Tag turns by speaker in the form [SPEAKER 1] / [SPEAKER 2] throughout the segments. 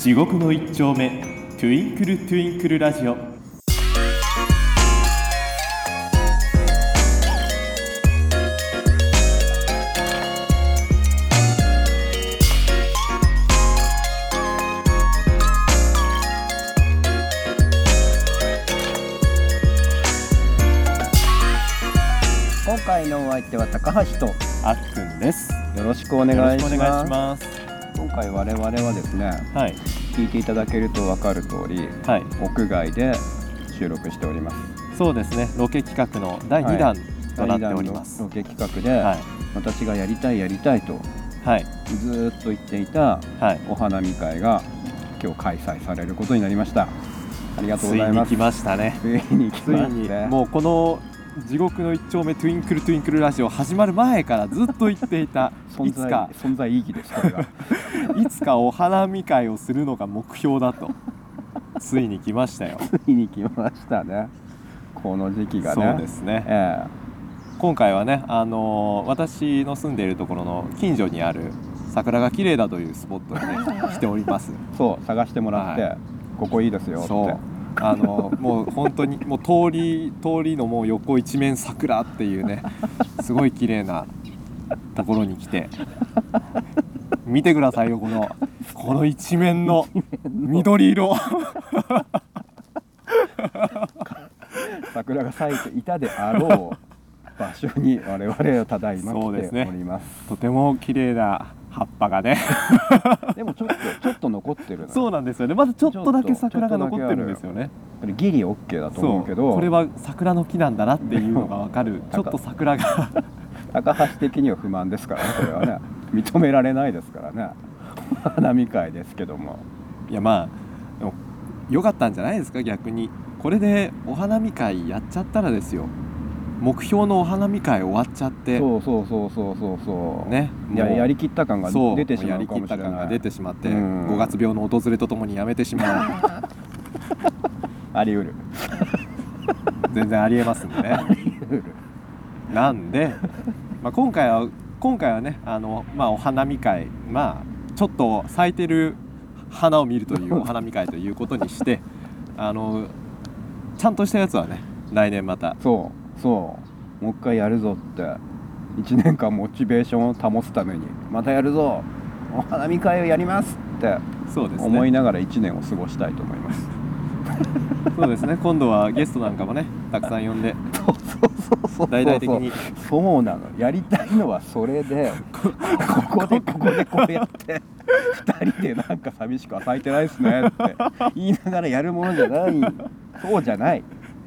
[SPEAKER 1] 地獄の一丁目トゥインクルトゥインクルラジオ。
[SPEAKER 2] 今回のお相手は高橋と
[SPEAKER 1] あっくんです。
[SPEAKER 2] よろしくお願いし
[SPEAKER 1] よろしくお願いし
[SPEAKER 2] ま。
[SPEAKER 1] ますす。
[SPEAKER 2] 今回我々はですね、
[SPEAKER 1] はい、
[SPEAKER 2] 聞いていただけると分かる通り、
[SPEAKER 1] はい、
[SPEAKER 2] 屋外で収録しております。
[SPEAKER 1] そうですね。ロケ企画の第2弾となっております。
[SPEAKER 2] ロケ企画で、
[SPEAKER 1] はい、
[SPEAKER 2] 私がやりたいと
[SPEAKER 1] はい、
[SPEAKER 2] ずっと言っていた
[SPEAKER 1] はい、
[SPEAKER 2] お花見会が今日開催されることになりました。ありがとうございます。
[SPEAKER 1] ついに来ましたね。
[SPEAKER 2] ついに来
[SPEAKER 1] つい
[SPEAKER 2] ました
[SPEAKER 1] に
[SPEAKER 2] ね。
[SPEAKER 1] もうこの地獄の一丁目トゥインクルトゥインクルラジオ始まる前からずっと言っていた
[SPEAKER 2] 存在意義です。これが
[SPEAKER 1] いつかお花見会をするのが目標だとついに来ましたよ。
[SPEAKER 2] ついに来ましたね。この時期がね。
[SPEAKER 1] そうですね、今回はね、私の住んでいるところの近所にある桜が綺麗だというスポットに、ね、来ております。
[SPEAKER 2] そう探してもらって、
[SPEAKER 1] はい、
[SPEAKER 2] ここいいですよって。
[SPEAKER 1] そうもう本当にもう通りのもう横一面桜っていうね、すごい綺麗なところに来て見てくださいよ、この一面の緑色
[SPEAKER 2] 桜が咲いていたであろう場所に我々はただいま来ております。
[SPEAKER 1] とても綺麗な葉っぱがね
[SPEAKER 2] でもちょっと残ってるな。
[SPEAKER 1] そうなんですよね。まだちょっとだけ桜が残ってるんですよね。
[SPEAKER 2] ギリ OK だと思うけど、
[SPEAKER 1] これは桜の木なんだなっていうのが分かるちょっと桜が
[SPEAKER 2] 高橋的には不満ですからね、これはね認められないですからね花見会ですけども。
[SPEAKER 1] いや、まあでも良かったんじゃないですか。逆にこれでお花見会やっちゃったらですよ、目標のお花見会終わっちゃって、
[SPEAKER 2] そう
[SPEAKER 1] ね、
[SPEAKER 2] やりきった感が出てしまうかもしれない。
[SPEAKER 1] やりきった感が出てしまって、5月病の訪れとともにやめてしまう
[SPEAKER 2] あり得る
[SPEAKER 1] 全然ありえますんでねなんで、今回はね、お花見会、ちょっと咲いてる花を見るというお花見会ということにしてちゃんとしたやつはね、来年また
[SPEAKER 2] もう一回やるぞって1年間モチベーションを保つためにまたやるぞ、お花見会をやりますって思いながら1年を過ごしたいと思います。
[SPEAKER 1] そうですね。今度はゲストなんかもね、たくさん呼んで、大々的に。
[SPEAKER 2] そうなの、やりたいのはそれでここでこうやって2人でなんか寂しくは咲いてないですねって言いながらやるものじゃない。そうじゃない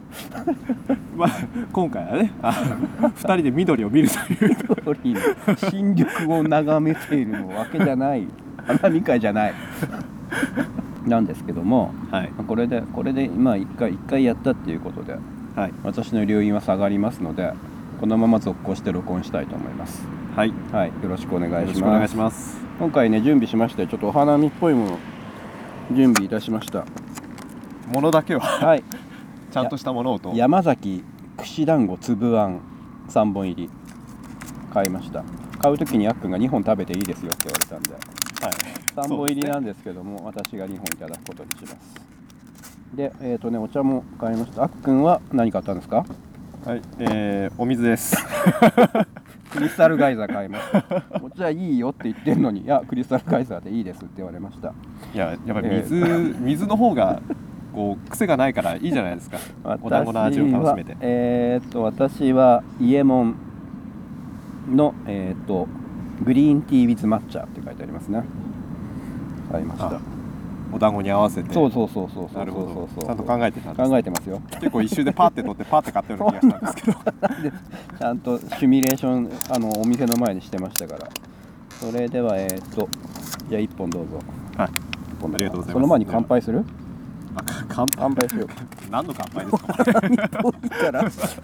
[SPEAKER 1] 今回はね、2人で緑を見るという
[SPEAKER 2] 新緑を眺めているわけじゃない、花見会じゃないなんですけども、
[SPEAKER 1] はい、
[SPEAKER 2] これで今一回やったっていうことで、はい、私の留飲は下がりますので、このまま続行して録音したいと思います。はい、はい、よろしくお願いします。今回ね、準備しまして、ちょっとお花見っぽいもの準備いたしました。
[SPEAKER 1] ものだけは、はい、ちゃんとしたものをと
[SPEAKER 2] 山崎串団子粒あん3本入り買いました。買う時にあっくんが2本食べていいですよって言われたんで、はい、3本入りなんですけども、私が2本いただくことにします。で、お茶も買いました。あっくんは何買ったんですか？
[SPEAKER 1] はい、お水です
[SPEAKER 2] クリスタルガイザー買いました。お茶いいよって言ってんのに、いやクリスタルガイザーでいいですって言われました。
[SPEAKER 1] いや、やっぱり水の方がこう癖がないからいいじゃないですかお団子の味を楽しめて。
[SPEAKER 2] 私は伊右衛門の、グリーンティーウィズ抹茶って書いてありますね。買いました。
[SPEAKER 1] お団子に合わせて。
[SPEAKER 2] そう
[SPEAKER 1] なるほど。ちゃんと考えてたんです。
[SPEAKER 2] 考えてますよ。
[SPEAKER 1] 結構一周でパーって取ってパーって買ったような気がしたんですけど
[SPEAKER 2] ちゃんとシミュレーションお店の前にしてましたから。それではじゃあ1本どうぞ。
[SPEAKER 1] はい、ありがとうございます。
[SPEAKER 2] その前に乾杯する？
[SPEAKER 1] 乾
[SPEAKER 2] 杯しよう。
[SPEAKER 1] 何の乾杯ですか？
[SPEAKER 2] いいから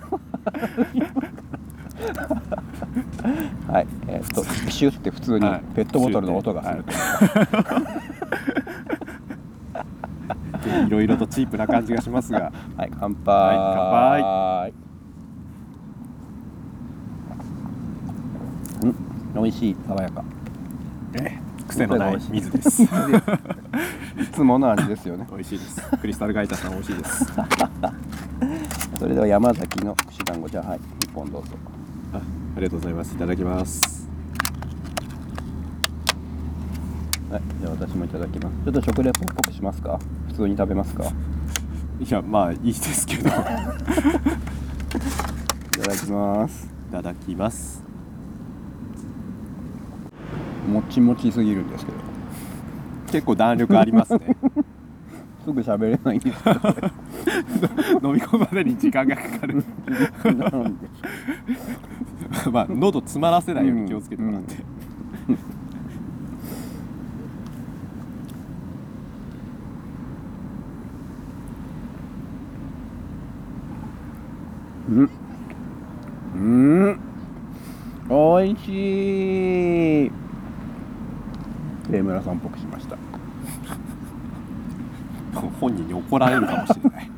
[SPEAKER 2] はい、シュッて普通にペットボトルの音がする、
[SPEAKER 1] いろいろとチープな感じがしますが、
[SPEAKER 2] はい、乾杯。はい、
[SPEAKER 1] 乾杯。
[SPEAKER 2] 美味しい、爽やか。
[SPEAKER 1] 癖のない水です。
[SPEAKER 2] いつもの味ですよね。
[SPEAKER 1] 美味しいです。クリスタルガイタさん美味しいです。
[SPEAKER 2] それでは山崎の串団子、じゃあはい1本どうぞ。
[SPEAKER 1] ありがとうございます。いただきます。
[SPEAKER 2] はい、じゃあ私もいただきます。ちょっと食レポっぽくしますか？普通に食べますか？
[SPEAKER 1] いやまあいいですけど。い
[SPEAKER 2] いただきます。
[SPEAKER 1] ただきます。
[SPEAKER 2] もちもちすぎるんですけど、
[SPEAKER 1] 結構弾力ありますね。
[SPEAKER 2] すぐ喋れないんですけど
[SPEAKER 1] 飲み込むまでに時間がかかる。
[SPEAKER 2] なんで
[SPEAKER 1] まあ喉詰まらせないように気をつけてもらって。
[SPEAKER 2] おいしい。上村さんっぽくしました。
[SPEAKER 1] 本人に怒られるかもしれない。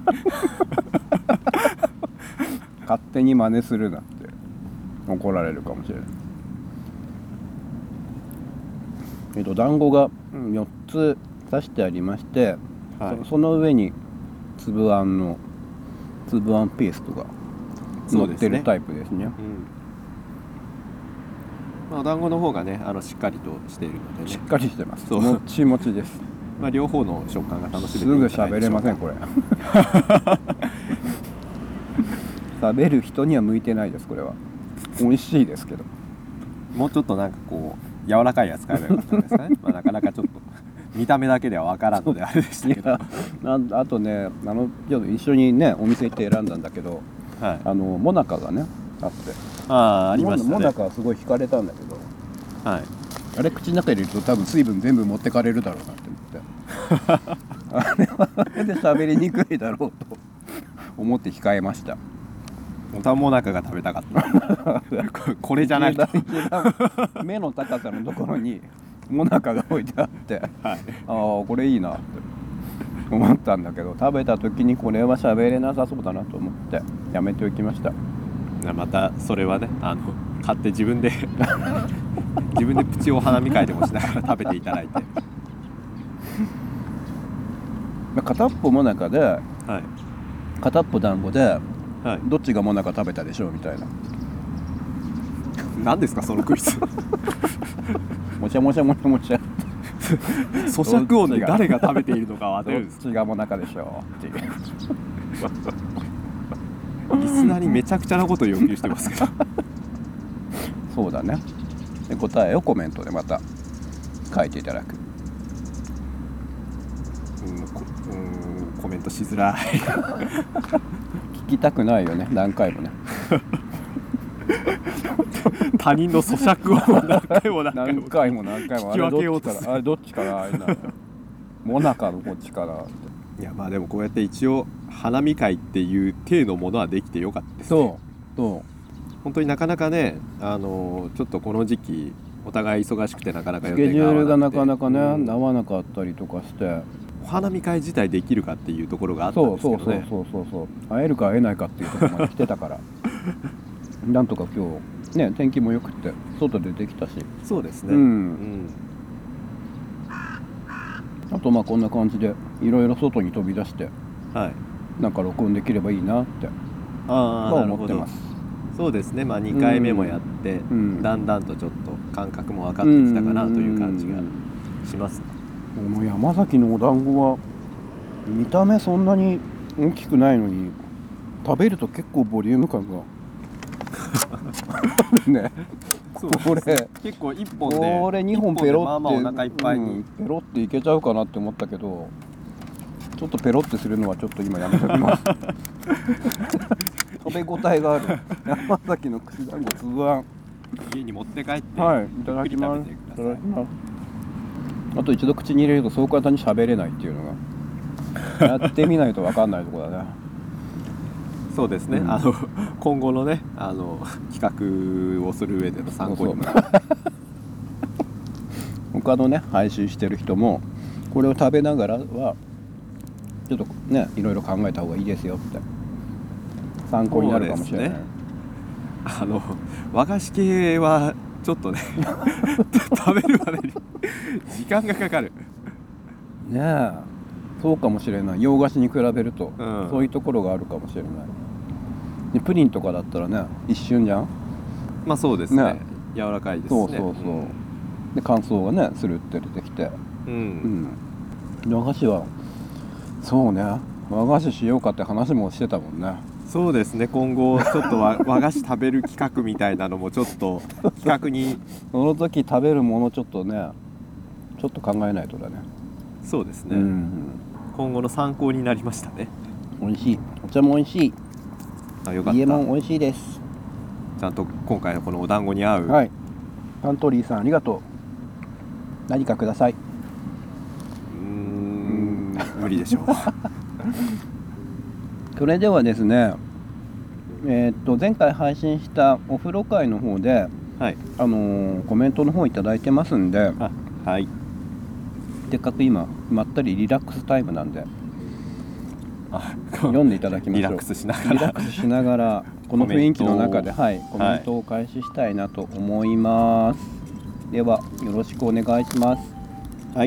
[SPEAKER 2] 勝手に真似するなって怒られるかもしれない。団子が4つ刺してありまして、
[SPEAKER 1] はい、
[SPEAKER 2] その上に粒あんペーストが乗ってるタイプですね。
[SPEAKER 1] まあ、お団子の方がねしっかりとしているので、ね、
[SPEAKER 2] しっかりしてます。
[SPEAKER 1] そう
[SPEAKER 2] もちもちです。
[SPEAKER 1] まあ、両方の食感が楽しめてい
[SPEAKER 2] すぐ
[SPEAKER 1] いんじゃない
[SPEAKER 2] 喋れ
[SPEAKER 1] でしょうか。
[SPEAKER 2] ませんこれ。喋る人には向いてないですこれは。美味しいですけど、
[SPEAKER 1] もうちょっとなんかこう柔らかいやつ買えばよかったんですかね。まあ、なかなかちょっと見た目だけでは分からんのであれでしたけど。
[SPEAKER 2] あとねちょっと一緒にねお店行って選んだんだけど、
[SPEAKER 1] はい、
[SPEAKER 2] モナカがねあって、
[SPEAKER 1] ありましたね。
[SPEAKER 2] モナカはすごい惹かれたんだけど、
[SPEAKER 1] はい、
[SPEAKER 2] あれ口の中に入れると多分水分全部持ってかれるだろうなって思ってあれはあれで喋りにくいだろうと思って控えました。
[SPEAKER 1] おたもなかが食べたかったこれじゃないと。
[SPEAKER 2] 一番目の高さのところにモナカが置いてあって、
[SPEAKER 1] はい、
[SPEAKER 2] ああこれいいなって思ったんだけど、食べた時にこれは喋れなさそうだなと思ってやめておきました。
[SPEAKER 1] またそれはね買って自分でプチお花見会でもしながら食べていただいて
[SPEAKER 2] 片っぽモナカで、
[SPEAKER 1] はい、
[SPEAKER 2] 片っぽ団子で、
[SPEAKER 1] はい、
[SPEAKER 2] どっちがモナカ食べたでしょうみたいな。
[SPEAKER 1] 何ですかそのクイズ。
[SPEAKER 2] もちゃもちゃもちゃもちゃ
[SPEAKER 1] 咀嚼音で誰が食べているのかを当てるんです。
[SPEAKER 2] どっちがモナカでしょうっていう
[SPEAKER 1] リスナーにめちゃくちゃなことを要求してますけど。
[SPEAKER 2] そうだね。で答えをコメントでまた書いていただく。
[SPEAKER 1] コメントしづらい。
[SPEAKER 2] 聞きたくないよね何回もね。
[SPEAKER 1] 他人の咀嚼音を何回も聞き分けようとする。
[SPEAKER 2] あれどっちかなモナカのこっちかなって。
[SPEAKER 1] いやまあでもこうやって一応花見会っていう体のものはできてよかったですね。
[SPEAKER 2] そう
[SPEAKER 1] 本当になかなかねちょっとこの時期お互い忙しくてなかなか予
[SPEAKER 2] スケジュールがなかなかね、
[SPEAKER 1] 合
[SPEAKER 2] わなかったりとかして、
[SPEAKER 1] お花見会自体できるかっていうところがあったんですけどね。
[SPEAKER 2] そう会えるか会えないかっていうところまで来てたからなんとか今日ね天気も良くて外でできたし。
[SPEAKER 1] そうですね、
[SPEAKER 2] あとまあこんな感じでいろいろ外に飛び出して、
[SPEAKER 1] はい、
[SPEAKER 2] なんか録音できればいいなって思ってます。
[SPEAKER 1] そうですね、まあ、2回目もやって、だんだんとちょっと感覚も分かってきたかなという感じがします。
[SPEAKER 2] この山崎のお団子は見た目そんなに大きくないのに食べると結構ボリューム感がね。これ
[SPEAKER 1] 結構1本で
[SPEAKER 2] これ2本ペロって
[SPEAKER 1] まあまあお腹いっぱいに、
[SPEAKER 2] ペロっていけちゃうかなって思ったけど、ちょっとペロってするのはちょっと今やめときます食べ応えがある山崎の串団子粒あん、
[SPEAKER 1] 家に持って帰って
[SPEAKER 2] はい、いただきます。いただきます。あと一度口に入れるとそう簡単に喋れないっていうのがやってみないと分かんないところだね。
[SPEAKER 1] そうですね、今後のね企画をする上での参考にも
[SPEAKER 2] 他のね配信してる人もこれを食べながらはちょっとねいろいろ考えた方がいいですよって参考になるかもしれない。
[SPEAKER 1] 和菓子系はちょっとね食べるまでに時間がかかる。
[SPEAKER 2] ねえ、そうかもしれない。洋菓子に比べると、
[SPEAKER 1] うん
[SPEAKER 2] そういうところがあるかもしれない。でプリンとかだったらね、一瞬じゃん。
[SPEAKER 1] まあそうですね
[SPEAKER 2] ね
[SPEAKER 1] 柔らかいですね。
[SPEAKER 2] そうそうそう、で乾燥がねスルって出てきて、
[SPEAKER 1] うん、
[SPEAKER 2] 和菓子はそうね、和菓子しようかって話もしてたもんね。
[SPEAKER 1] そうですね。今後ちょっと和菓子食べる企画みたいなのもちょっと企画に
[SPEAKER 2] その時食べるものちょっとね、ちょっと考えないとだね。
[SPEAKER 1] そうですね、今後の参考になりましたね。
[SPEAKER 2] 美味しい。お茶も美味しい。
[SPEAKER 1] あ、よかった。
[SPEAKER 2] 家も美味しいです。
[SPEAKER 1] ちゃんと今回のこのお団子に合う、
[SPEAKER 2] はい。パントリーさんありがとう。何かください。
[SPEAKER 1] 無理でしょう。
[SPEAKER 2] それではですね、前回配信したお風呂会の方で、
[SPEAKER 1] はい、
[SPEAKER 2] コメントの方いただいてますんで、
[SPEAKER 1] はい、
[SPEAKER 2] せっかく今まったりリラックスタイムなんで読んでいただきましょう。
[SPEAKER 1] リラックスしながら
[SPEAKER 2] リラックスしながらこの雰囲気の中でコメントを開始したいなと思います。ではよろしくお願いします。
[SPEAKER 1] はい。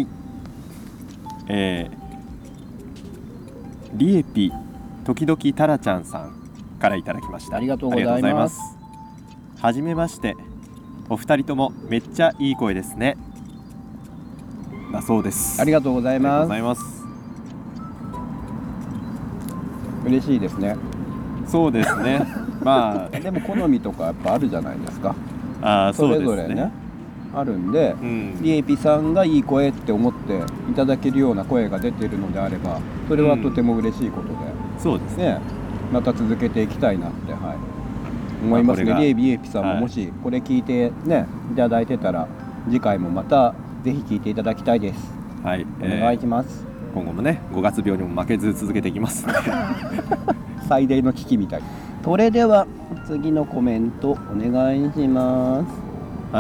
[SPEAKER 1] リエピ時々タラちゃんさんからいただきました。
[SPEAKER 2] ありがとうございます。
[SPEAKER 1] はじめまして。お二人ともめっちゃいい声ですね。だそうです。
[SPEAKER 2] ありがとうございます。
[SPEAKER 1] ありがとうございます。
[SPEAKER 2] 嬉しいですね。
[SPEAKER 1] そうですね。まあ
[SPEAKER 2] でも好みとかやっぱあるじゃないですか。
[SPEAKER 1] そ
[SPEAKER 2] れぞれねあるんで、リエピさんがいい声って思っていただけるような声が出ているのであれば、それはとても嬉しいことで、
[SPEAKER 1] そうですね。
[SPEAKER 2] また続けていきたいなって、思いますね。リエピさんももしこれ聞いてねいただいてたら、次回もまたぜひ聞いていただきたいです。
[SPEAKER 1] はい、
[SPEAKER 2] お願いします。
[SPEAKER 1] 今後もね5月病にも負けず続けていきますので
[SPEAKER 2] 最大の危機みたい。それでは次のコメントお願いします。
[SPEAKER 1] はい、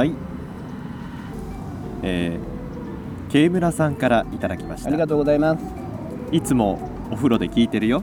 [SPEAKER 1] 慶村さんからいただきました。
[SPEAKER 2] ありがとうございます。
[SPEAKER 1] いつもお風呂で聞いてるよ。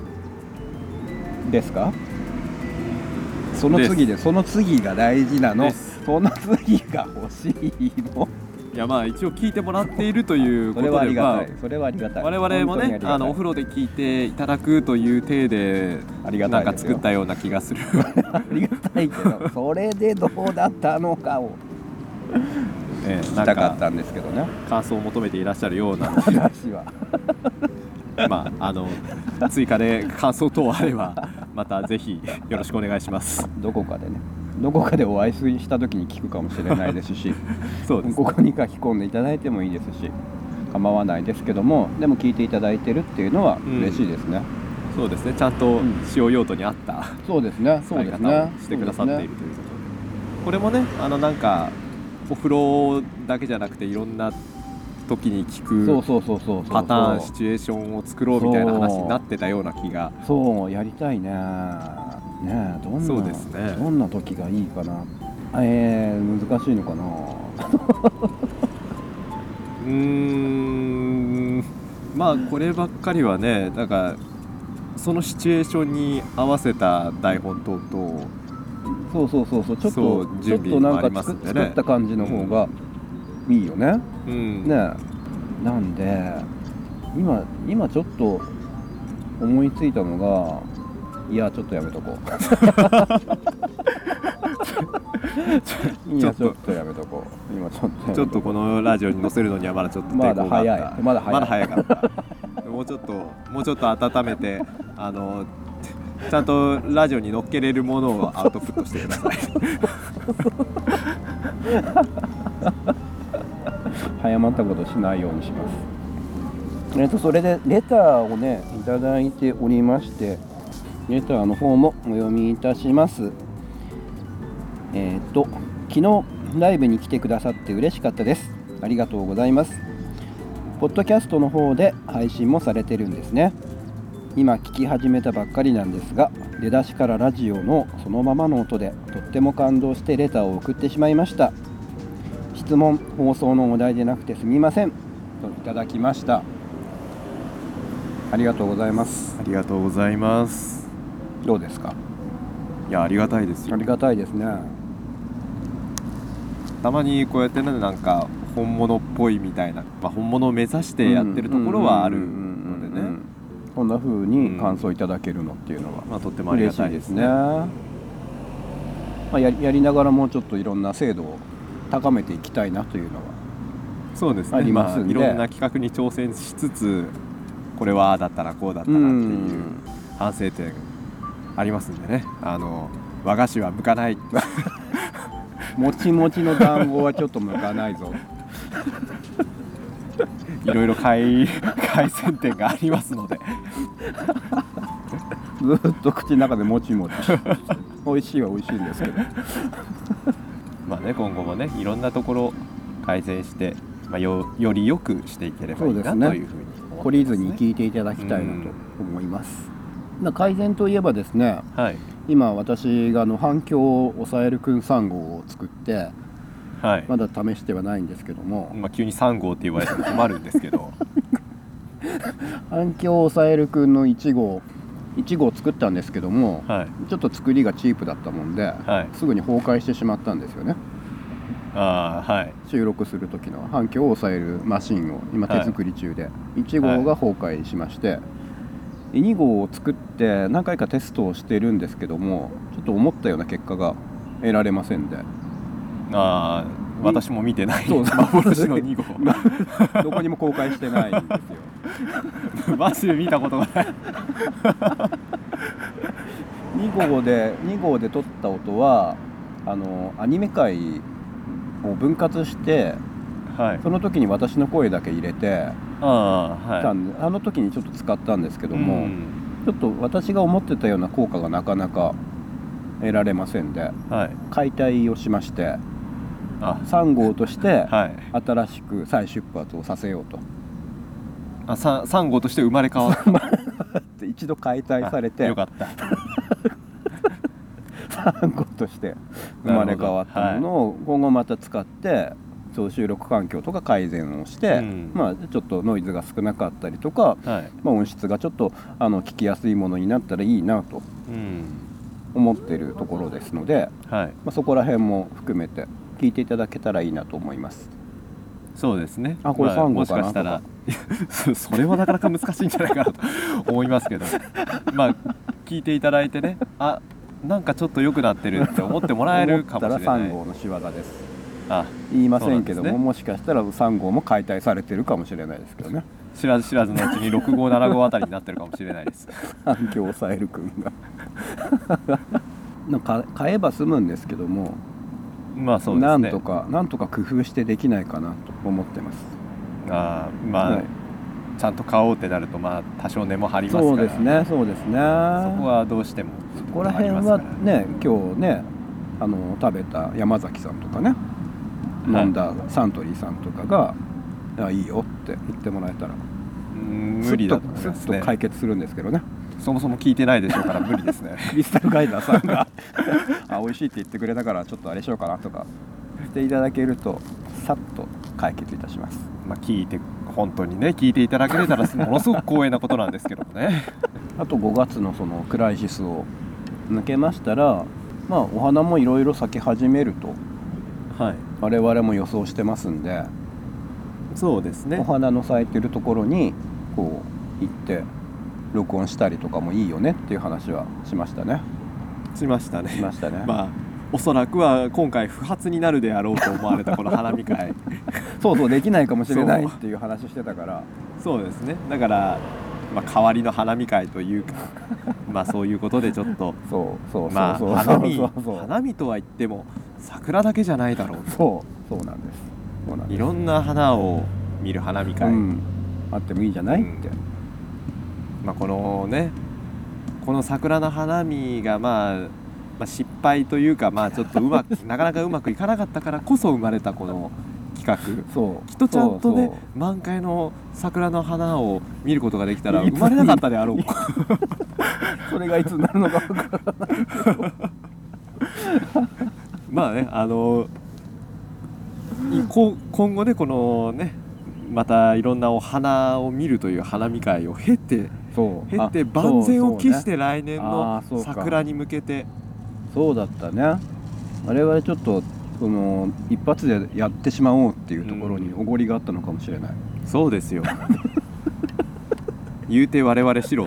[SPEAKER 2] ですか？その次で、その次が大事なの。その次が欲しいの。
[SPEAKER 1] いや、まあ一応聞いてもらっているということで、
[SPEAKER 2] それはありがたい。それはありがたい。
[SPEAKER 1] 我々もね、お風呂で聞いていただくという体でなんか作ったような気がする。
[SPEAKER 2] ありがたいけど、それでどうだったのかを聞きたかったんですけどね。
[SPEAKER 1] 感想を求めていらっしゃるようなので
[SPEAKER 2] 私は
[SPEAKER 1] まあ追加で感想等あればまたぜひよろしくお願いします。
[SPEAKER 2] どこかでお会いした時に聞くかもしれないですし
[SPEAKER 1] そうです、
[SPEAKER 2] ここに書き込んでいただいてもいいですし構わないですけども、でも聞いていただいてるっていうのは嬉しいですね。
[SPEAKER 1] そうですね。ちゃんと使用用途に合った
[SPEAKER 2] そうですね。
[SPEAKER 1] 使い方をしてくださっているということで、これもねなんかお風呂だけじゃなくていろんな時に聞くパターンシチュエーションを作ろうみたいな話になってたような気が。
[SPEAKER 2] そうやりたいね。
[SPEAKER 1] そうですね。
[SPEAKER 2] どんな時がいいかな。難しいのかな。
[SPEAKER 1] まあこればっかりはね、なんかそのシチュエーションに合わせた台本等々
[SPEAKER 2] ちょっとなんか作った感じの方がいいよね。なんで今ちょっと思いついたのが、いやちょっとやめとこうちょっとやめとこう。今
[SPEAKER 1] ちょっとこのラジオに載せるのにはまだちょっと抵抗があった。まだ早かったもうちょっと温めてちゃんとラジオに乗っけれるものをアウトプットしてください
[SPEAKER 2] 早まったことしないようにします。それでレターをねいただいておりまして、レターの方もお読みいたします。昨日ライブに来てくださって嬉しかったです。ありがとうございます。ポッドキャストの方で配信もされてるんですね。今聞き始めたばっかりなんですが、出だしからラジオのそのままの音でとっても感動してレターを送ってしまいました。質問放送のお題でなくてすみませんといただきました。ありがとうございます。
[SPEAKER 1] ありがとうございます。
[SPEAKER 2] どうですか？
[SPEAKER 1] いや、ありがたいですよ。
[SPEAKER 2] ありがたいですね。
[SPEAKER 1] たまにこうやってねなんか本物っぽいみたいな、まあ、本物を目指してやってるところはあるのでね、
[SPEAKER 2] こんな風に感想いただけるのっていうのは、
[SPEAKER 1] まあ、とってもありがたいですね。
[SPEAKER 2] まあ、やりながらもうちょっといろんな精度を高めていきたいなというのは
[SPEAKER 1] そうですね、
[SPEAKER 2] ありますんで、
[SPEAKER 1] いろんな企画に挑戦しつつこれはああだったらこうだったらっていう反省点ありますんでね、和菓子は向かない
[SPEAKER 2] もちもちの団子はちょっと向かないぞ
[SPEAKER 1] いろいろ改善点がありますので
[SPEAKER 2] ずっと口の中でもちもち美味しいは美味しいんですけど
[SPEAKER 1] まあね今後もねいろんなところ改善して、まあ、より良くしていければいいなというふうに思ってますね。
[SPEAKER 2] 懲りずに聞いていただきたいなと思います。改善といえばですね、
[SPEAKER 1] はい、
[SPEAKER 2] 今私が反響を抑えるくん3号を作って、
[SPEAKER 1] はい、
[SPEAKER 2] まだ試してはないんですけども、
[SPEAKER 1] まあ、急に3号って言われても困るんですけど
[SPEAKER 2] 反響を抑えるくんの1号作ったんですけども、
[SPEAKER 1] はい、
[SPEAKER 2] ちょっと作りがチープだったもんで、
[SPEAKER 1] はい、
[SPEAKER 2] すぐに崩壊してしまったんですよね。
[SPEAKER 1] はい、
[SPEAKER 2] 収録する時の反響を抑えるマシンを今手作り中で、1号が崩壊しまして、2号を作って何回かテストをしてるんですけども、ちょっと思ったような結果が得られませんで、
[SPEAKER 1] 私も見てない
[SPEAKER 2] そう
[SPEAKER 1] 幻の2号
[SPEAKER 2] どこにも公開してないんですよ
[SPEAKER 1] マジで見たことがない
[SPEAKER 2] 2号で撮った音はアニメ界を分割して、
[SPEAKER 1] はい、
[SPEAKER 2] その時に私の声だけ入れて
[SPEAKER 1] はい、
[SPEAKER 2] あの時にちょっと使ったんですけども、ちょっと私が思ってたような効果がなかなか得られませんで、
[SPEAKER 1] はい、
[SPEAKER 2] 解体をしまして3号として
[SPEAKER 1] はい、
[SPEAKER 2] 新しく再出発をさせようと。
[SPEAKER 1] 3号として生まれ変わって
[SPEAKER 2] 一度解体されて
[SPEAKER 1] よかった
[SPEAKER 2] 3号として生まれ変わったものを今後また使ってそう収録環境とか改善をして、まあ、ちょっとノイズが少なかったりとか、まあ、音質がちょっと聞きやすいものになったらいいなと思ってるところですので、まあ、そこら辺も含めて聞いていただけたらいいなと思います。
[SPEAKER 1] そうですね。
[SPEAKER 2] これ3号かなとか、
[SPEAKER 1] もしかしたらそれはなかなか難しいんじゃないかなと思いますけどまあ聞いていただいてね、なんかちょっと良くなってるって思ってもらえるかもしれない。
[SPEAKER 2] 思ったら3号の仕業です。
[SPEAKER 1] 言
[SPEAKER 2] いませんけども、もしかしたら3号も解体されてるかもしれないですけどね。
[SPEAKER 1] 知らず知らずのうちに6号7号あたりになってるかもしれないです
[SPEAKER 2] 反響を抑えるくんが買えば済むんですけども、
[SPEAKER 1] まあそうですね、
[SPEAKER 2] なんとか工夫してできないかなと思ってます。
[SPEAKER 1] まあ、はい、ちゃんと買おうってなるとまあ多少値も張りますから、
[SPEAKER 2] そうですねそこ
[SPEAKER 1] はどうしても
[SPEAKER 2] そこら辺はね、今日ね食べた山崎さんとかね、飲んだサントリーさんとかがいいよって言ってもらえたら
[SPEAKER 1] 無理だと思いますね。
[SPEAKER 2] すっと解決するんですけどね。
[SPEAKER 1] そもそも聞いてないでしょうから無理ですね
[SPEAKER 2] クリスタルガイダーさんが美味しいって言ってくれたからちょっとあれしようかなとかしていただけるとさっと解決いたします。
[SPEAKER 1] まあ本当にね聞いていただけれたらものすごく光栄なことなんですけどもね
[SPEAKER 2] あと5月のそのクライシスを抜けましたら、まあお花もいろいろ咲き始めると、はい、我々も予想してますんで、
[SPEAKER 1] そうですね、
[SPEAKER 2] お花の咲いてるところにこう行って録音したりとかもいいよねっていう話はしましたね。
[SPEAKER 1] しましたねまあおそらくは今回不発になるであろうと思われたこの花見会
[SPEAKER 2] そうできないかもしれないっていう話してたから、
[SPEAKER 1] そうですね、だから、まあ、代わりの花見会というかまあそういうことでちょっとまあ花見とは言っても桜だけじゃないだろうと、
[SPEAKER 2] そうなんです。
[SPEAKER 1] いろんな花を見る花見会、
[SPEAKER 2] あってもいいじゃないって、
[SPEAKER 1] まあ、この桜の花見がまあ失敗というか、まあちょっとなかなかうまくいかなかったからこそ生まれたこの企画、きっとちゃんとね満開の桜の花を見ることができたら生まれなかったであろう
[SPEAKER 2] それがいつになるのか分からないけど
[SPEAKER 1] まあね今後ねこのねまたいろんなお花を見るという花見会を経て万全を期して来年の桜に向けて、
[SPEAKER 2] そうだったね。我々ちょっとその一発でやってしまおうっていうところにおごりがあったのかもしれない、
[SPEAKER 1] そうですよ言うて我々素人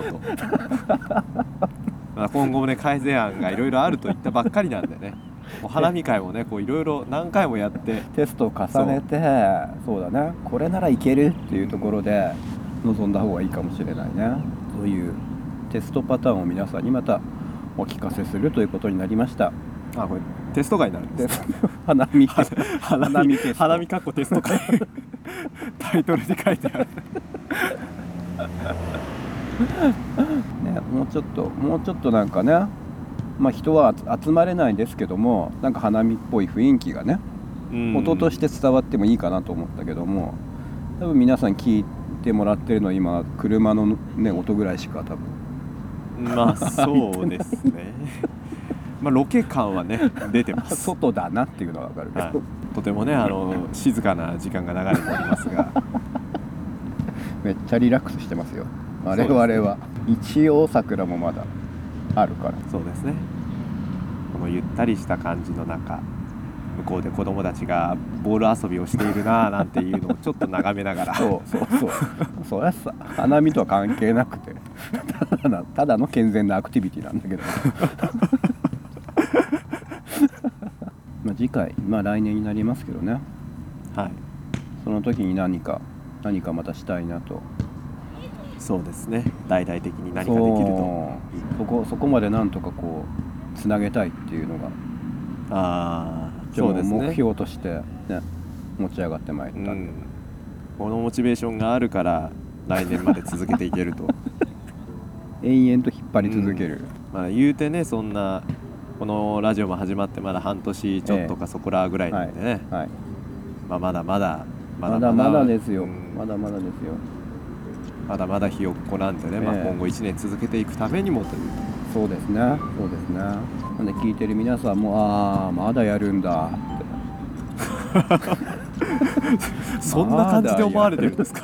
[SPEAKER 1] まあ今後もね改善案がいろいろあると言ったばっかりなんでね、もう花見会もねこういろいろ何回もやって
[SPEAKER 2] テストを重ねてそうだね、これならいけるっていうところで臨んだ方がいいかもしれないね。そういうテストパターンを皆さんにまたお聞かせするということになりました。
[SPEAKER 1] あ、これテスト会になるんですか
[SPEAKER 2] 花見テスト
[SPEAKER 1] 花見テスト、花見かっこテスト会タイトルで書いてある
[SPEAKER 2] ね、もうちょっとなんかね、まあ人は集まれないんですけども、なんか花見っぽい雰囲気がね、音として伝わってもいいかなと思ったけども、多分皆さん聞いてもらってるのは今車のね音ぐらいしか多分
[SPEAKER 1] まあそうですねまあロケ感はね出てます
[SPEAKER 2] 外だなっていうのは分かるけど、
[SPEAKER 1] はい、とてもね静かな時間が流れておりますが
[SPEAKER 2] めっちゃリラックスしてますよ我々は。一応桜もまだあるから。
[SPEAKER 1] そうですね、このゆったりした感じの中、向こうで子供たちがボール遊びをしているななんていうのをちょっと眺めながら
[SPEAKER 2] そうそりゃさ花見とは関係なくてただの健全なアクティビティなんだけどまあ次回、まあ来年になりますけどね、
[SPEAKER 1] はい、
[SPEAKER 2] その時に何かまたしたいなと。
[SPEAKER 1] そうですね、大々的に何かできると
[SPEAKER 2] そこまでなんとかこうつなげたいっていうのが
[SPEAKER 1] そうですね、
[SPEAKER 2] 目標としてね持ち上がってまいったんで、
[SPEAKER 1] このモチベーションがあるから来年まで続けていけると
[SPEAKER 2] 延々と引っ張り続ける、
[SPEAKER 1] まあ言うてね、そんなこのラジオも始まってまだ半年ちょっとかそこらぐらいなんでね、
[SPEAKER 2] はい、
[SPEAKER 1] まあまだまだ
[SPEAKER 2] ですよ、まだまだですよ、
[SPEAKER 1] まだまだひよっこなんでね、まあ、今後1年続けていくためにもという。
[SPEAKER 2] そうですね。なんで聞いてる皆さんもまだやるんだって
[SPEAKER 1] そんな感じで思われてるんですか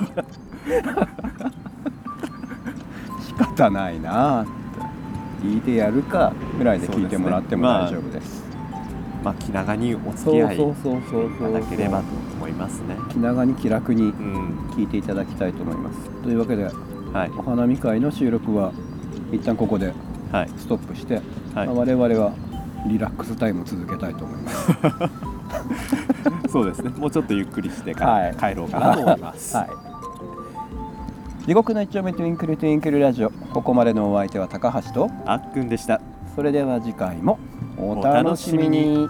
[SPEAKER 2] 仕方ないなって聞いてやるかぐらいで聞いてもらっても大丈夫です。
[SPEAKER 1] まあ気長にお付き合いいただければと思いますね。
[SPEAKER 2] 気長に気楽に聞いていただきたいと思います、というわけで、お花見会の収録は一旦ここでストップして、我々はリラックスタイムを続けたいと思います
[SPEAKER 1] そうですね、もうちょっとゆっくりしてから帰ろうかなと思います、
[SPEAKER 2] 地獄の一丁目トゥインクルトゥインクルラジオ、ここまでのお相手は高橋と
[SPEAKER 1] あっくんでした。
[SPEAKER 2] それでは次回もお楽しみに。